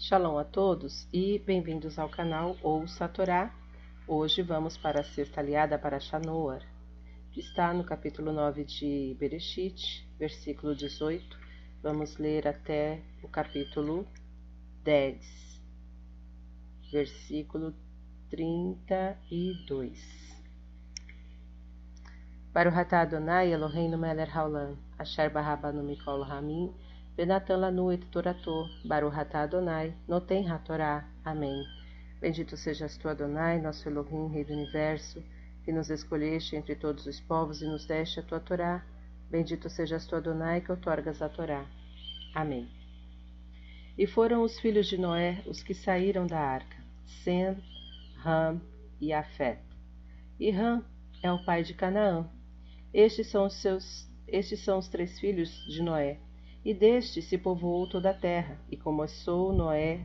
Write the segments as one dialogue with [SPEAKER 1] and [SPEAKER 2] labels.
[SPEAKER 1] Shalom a todos e bem-vindos ao canal Ouça a Torá. Hoje vamos para a sexta aliada para Shanoar, que está no capítulo 9 de Bereshit, versículo 18. Vamos ler até o capítulo 10, versículo 32. Baruch atah Adonai Eloheinu melech haolam, asher barabanu mikol hamim, Benatan lanu et torato, Baruch atah Adonai, noten hatorá. Amém. Bendito sejas tu, Adonai, nosso Elohim, Rei do Universo, que nos escolheste entre todos os povos e nos deste a tua Torá. Bendito sejas tu, Adonai, que outorgas a Torá. Amém. E foram os filhos de Noé os que saíram da arca, Sem, Ham e Afé. E Ham é o pai de Canaã. Estes são os 3 filhos de Noé. E deste se povoou toda a terra, e começou Noé,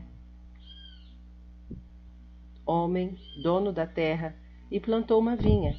[SPEAKER 1] homem, dono da terra, e plantou uma vinha.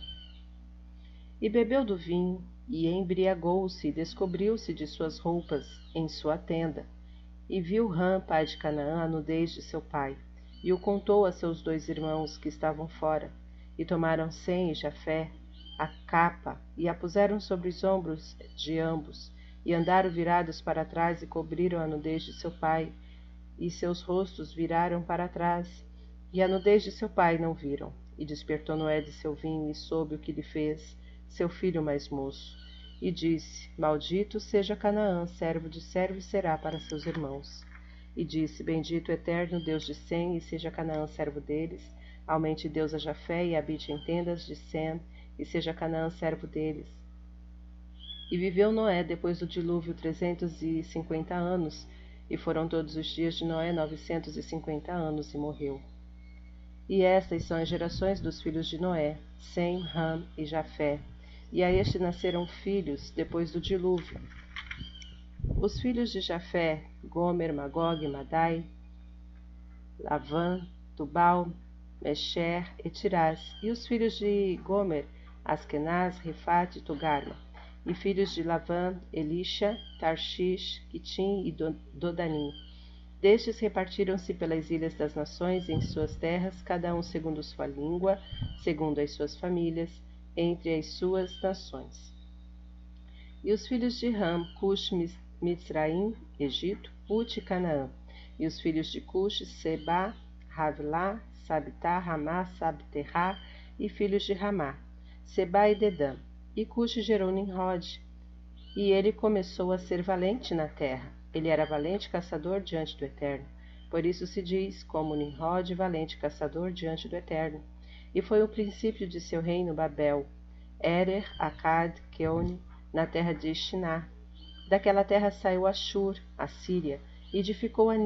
[SPEAKER 1] E bebeu do vinho, e embriagou-se, e descobriu-se de suas roupas em sua tenda. E viu Ham, pai de Canaã, a nudez de seu pai, e o contou a seus 2 irmãos que estavam fora. E tomaram Sem e Jafé a capa, e a puseram sobre os ombros de ambos, e andaram virados para trás e cobriram a nudez de seu pai, e seus rostos viraram para trás, e a nudez de seu pai não viram. E despertou Noé de seu vinho, e soube o que lhe fez seu filho mais moço. E disse: Maldito seja Canaã, servo de servo será para seus irmãos. E disse: Bendito o eterno Deus de Sem, e seja Canaã servo deles. Aumente Deus a Jafé, e habite em tendas de Sem, e seja Canaã servo deles. E viveu Noé depois do dilúvio 350 anos, e foram todos os dias de Noé 950 anos, e morreu. E estas são as gerações dos filhos de Noé, Sem, Ham e Jafé. E a este nasceram filhos depois do dilúvio. Os filhos de Jafé, Gomer, Magog, Madai, Lavã, Tubal, Mesher e Tirás. E os filhos de Gomer, Askenaz, Rifat e Togarma. E filhos de Lavã, Elisha, Tarshish, Quitim e Dodanim. Destes repartiram-se pelas ilhas das nações em suas terras, cada um segundo sua língua, segundo as suas famílias, entre as suas nações. E os filhos de Ram, Cush, Mitzraim, Egito, Put e Canaã. E os filhos de Cush, Seba, Havlá, Sabitá, Ramá, Sabterá, e filhos de Ramá, Seba e Dedã. E Cush gerou Nimrod, e ele começou a ser valente na terra. Ele era valente caçador diante do Eterno. Por isso se diz, como Nimrod, valente caçador diante do Eterno. E foi o princípio de seu reino Babel, Erer, Acad, Queone, na terra de Shinar. Daquela terra saiu Ashur, a Síria, e edificou a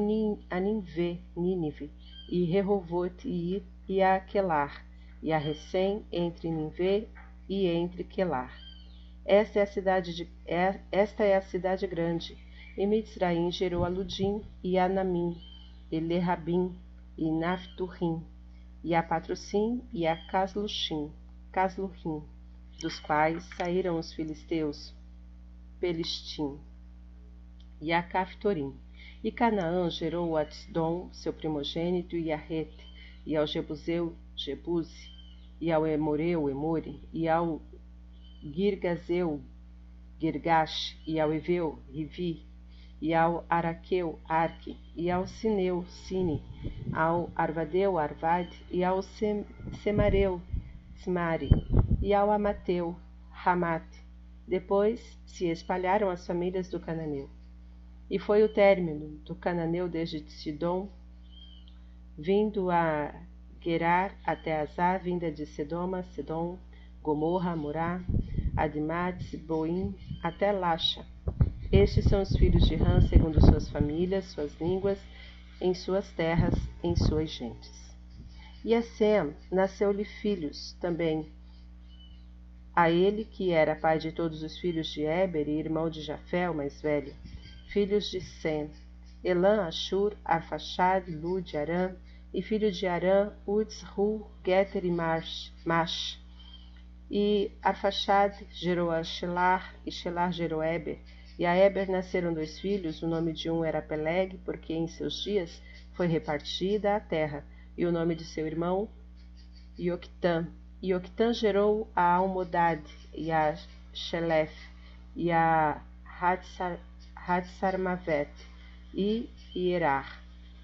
[SPEAKER 1] Nínive, e Rehovot, e a Quelar, e a Recém, entre Nínive e entre Quelar. Esta é a cidade grande. E Mitzraim gerou a Ludim, e a Namim, e Lerabim, e Naphturim, e a Patrocim, e a Casluhim, dos quais saíram os filisteus, Pelistim, e a Caftorim. E Canaã gerou a Tisdom, seu primogênito, e a Rete, e ao Jebuseu, Jebuse, e ao Emoreu, Emore, e ao Girgazeu, Girgash, e ao Eveu, Rivi, e ao Araqueu, Arque, e ao Sineu, Sine, ao Arvadeu, Arvad, e ao Semareu, Smari, e ao Amateu, Hamat. Depois se espalharam as famílias do cananeu. E foi o término do cananeu desde Sidom, vindo a Gerar até Azá, vinda de Sedoma, Sedom, Gomorra, Morá, Admat, Boim, até Lacha. Estes são os filhos de Ram, segundo suas famílias, suas línguas, em suas terras, em suas gentes. E a Sem nasceu-lhe filhos também. A ele, que era pai de todos os filhos de Éber e irmão de Jafé, o mais velho, filhos de Sem, Elã, Ashur, Arfaxad, Lud, Arã, e filho de Arã, Uts, Ru, Geter e Mash. E Arfaxad gerou a Shelar, e Shelar gerou Éber, E a Eber nasceram 2 filhos, o nome de um era Peleg, porque em seus dias foi repartida a terra, e o nome de seu irmão, Ioctã. E Ioctã gerou a Almodad, e a Shelef, e a Hatsarmavet, e Ierar,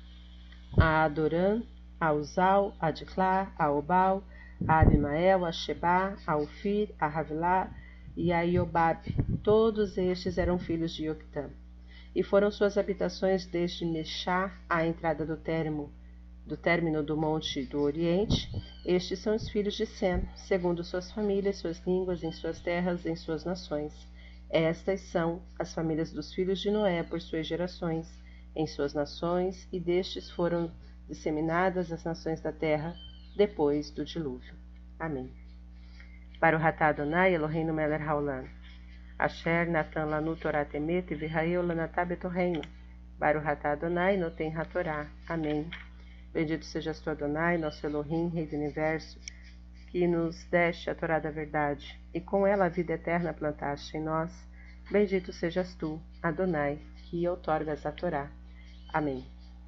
[SPEAKER 1] a Adoram, a Uzal, a Diclá, a Obal, a Abimael, a Sheba, a Ofir, a Havilá e a Iobab. Todos estes eram filhos de Ioctã. E foram suas habitações desde Meshá à entrada do término do monte do Oriente. Estes são os filhos de Sem, segundo suas famílias, suas línguas, em suas terras, em suas nações. Estas são as famílias dos filhos de Noé por suas gerações, em suas nações, e destes foram disseminadas as nações da terra depois do dilúvio. Amém. Baruch atah Adonai Eloheinu melech haolam, asher natan lanu Torah temet v'hayeu lanatah betorreinu. Baruch atah Adonai noten hatorá. Amém. Bendito sejas tu, Adonai, nosso Elohim, Rei do Universo, que nos deste a Torá da verdade, e com ela a vida eterna plantaste em nós. Bendito sejas tu, Adonai, que outorgas a Torá. Amém.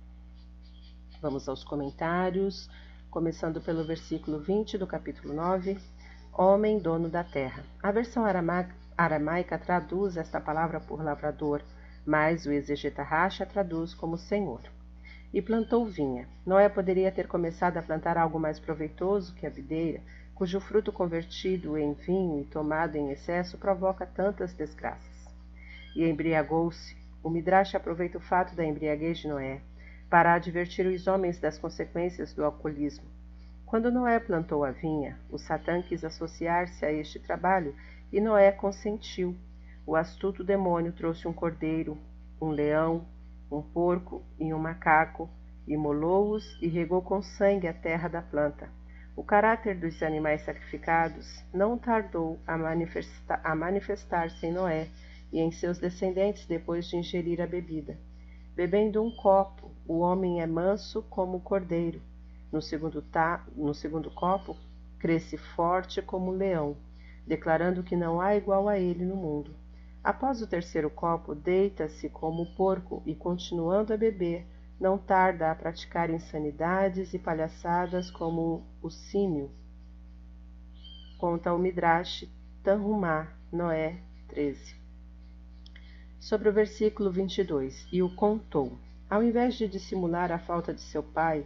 [SPEAKER 1] Vamos aos comentários, começando pelo versículo 20 do capítulo 9. Homem, dono da terra. A versão aramaica traduz esta palavra por lavrador, mas o exegeta Racha traduz como senhor. E plantou vinha. Noé poderia ter começado a plantar algo mais proveitoso que a videira, cujo fruto convertido em vinho e tomado em excesso provoca tantas desgraças. E embriagou-se. O Midrash aproveita o fato da embriaguez de Noé para advertir os homens das consequências do alcoolismo. Quando Noé plantou a vinha, o Satã quis associar-se a este trabalho e Noé consentiu. O astuto demônio trouxe um cordeiro, um leão, um porco e um macaco, imolou-os e regou com sangue a terra da planta. O caráter dos animais sacrificados não tardou a manifestar-se em Noé e em seus descendentes depois de ingerir a bebida. Bebendo um copo, o homem é manso como o cordeiro. No segundo copo, cresce forte como o leão, declarando que não há igual a ele no mundo. Após o terceiro copo, deita-se como o porco e, continuando a beber, não tarda a praticar insanidades e palhaçadas como o símio. Conta o Midrash Tanhumá, Noé 13. Sobre o versículo 22, e o contou. Ao invés de dissimular a falta de seu pai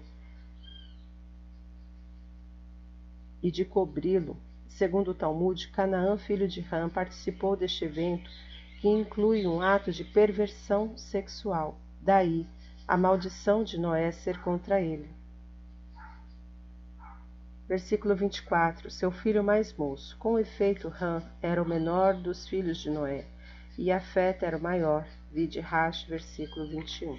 [SPEAKER 1] e de cobri-lo, segundo o Talmud, Canaã, filho de Ram, participou deste evento que inclui um ato de perversão sexual. Daí, a maldição de Noé ser contra ele. Versículo 24. Seu filho mais moço. Com efeito, Ram era o menor dos filhos de Noé, e Afete era o maior. Vide Rash, versículo 21.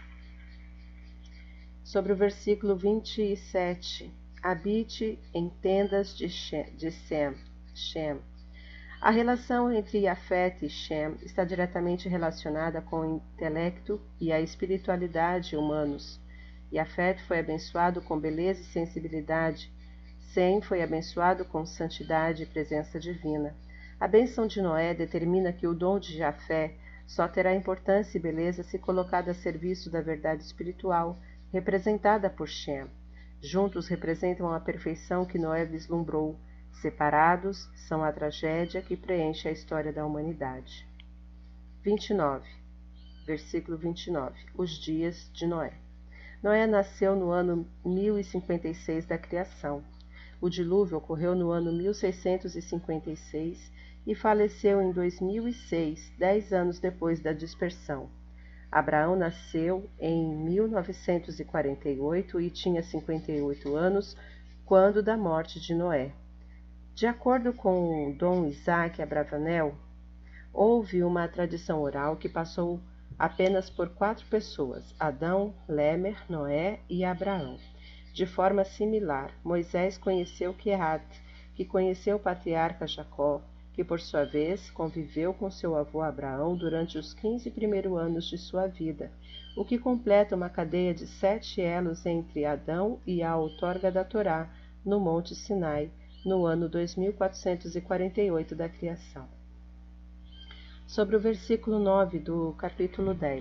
[SPEAKER 1] Sobre o versículo 27. Habite em tendas de Shem. A relação entre Yafet e Shem está diretamente relacionada com o intelecto e a espiritualidade humanos. Yafet foi abençoado com beleza e sensibilidade. Sem foi abençoado com santidade e presença divina. A bênção de Noé determina que o dom de Jafé só terá importância e beleza se colocado a serviço da verdade espiritual, representada por Shem. Juntos representam a perfeição que Noé vislumbrou. Separados, são a tragédia que preenche a história da humanidade. 29. Versículo 29. Os dias de Noé. Noé nasceu no ano 1056 da criação. O dilúvio ocorreu no ano 1656 e faleceu em 2006, 10 anos depois da dispersão. Abraão nasceu em 1948 e tinha 58 anos quando da morte de Noé. De acordo com Dom Isaac Abravanel, houve uma tradição oral que passou apenas por 4 pessoas, Adão, Lemer, Noé e Abraão. De forma similar, Moisés conheceu Queat, que conheceu o patriarca Jacó, que por sua vez conviveu com seu avô Abraão durante os 15 primeiros anos de sua vida, o que completa uma cadeia de 7 elos entre Adão e a outorga da Torá no Monte Sinai, no ano 2448 da criação. sobre o versículo 9 do capítulo 10.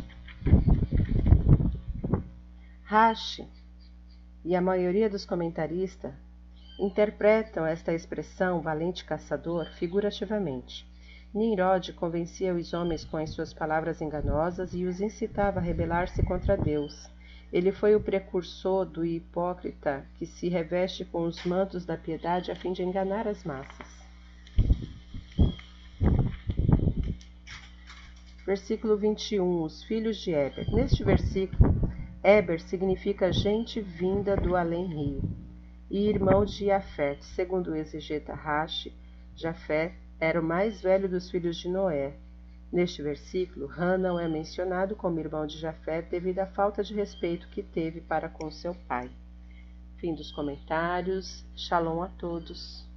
[SPEAKER 1] Rashi e a maioria dos comentaristas interpretam esta expressão valente caçador figurativamente. Nimrod convencia os homens com as suas palavras enganosas e os incitava a rebelar-se contra Deus. Ele foi o precursor do hipócrita que se reveste com os mantos da piedade a fim de enganar as massas. Versículo 21. Os filhos de Eber. Neste versículo, Eber significa gente vinda do além-rio e irmão de Jafé. Segundo o exegeta Rashi, Jafé era o mais velho dos filhos de Noé. Neste versículo, Ham não é mencionado como irmão de Jafé devido à falta de respeito que teve para com seu pai. Fim dos comentários. Shalom a todos.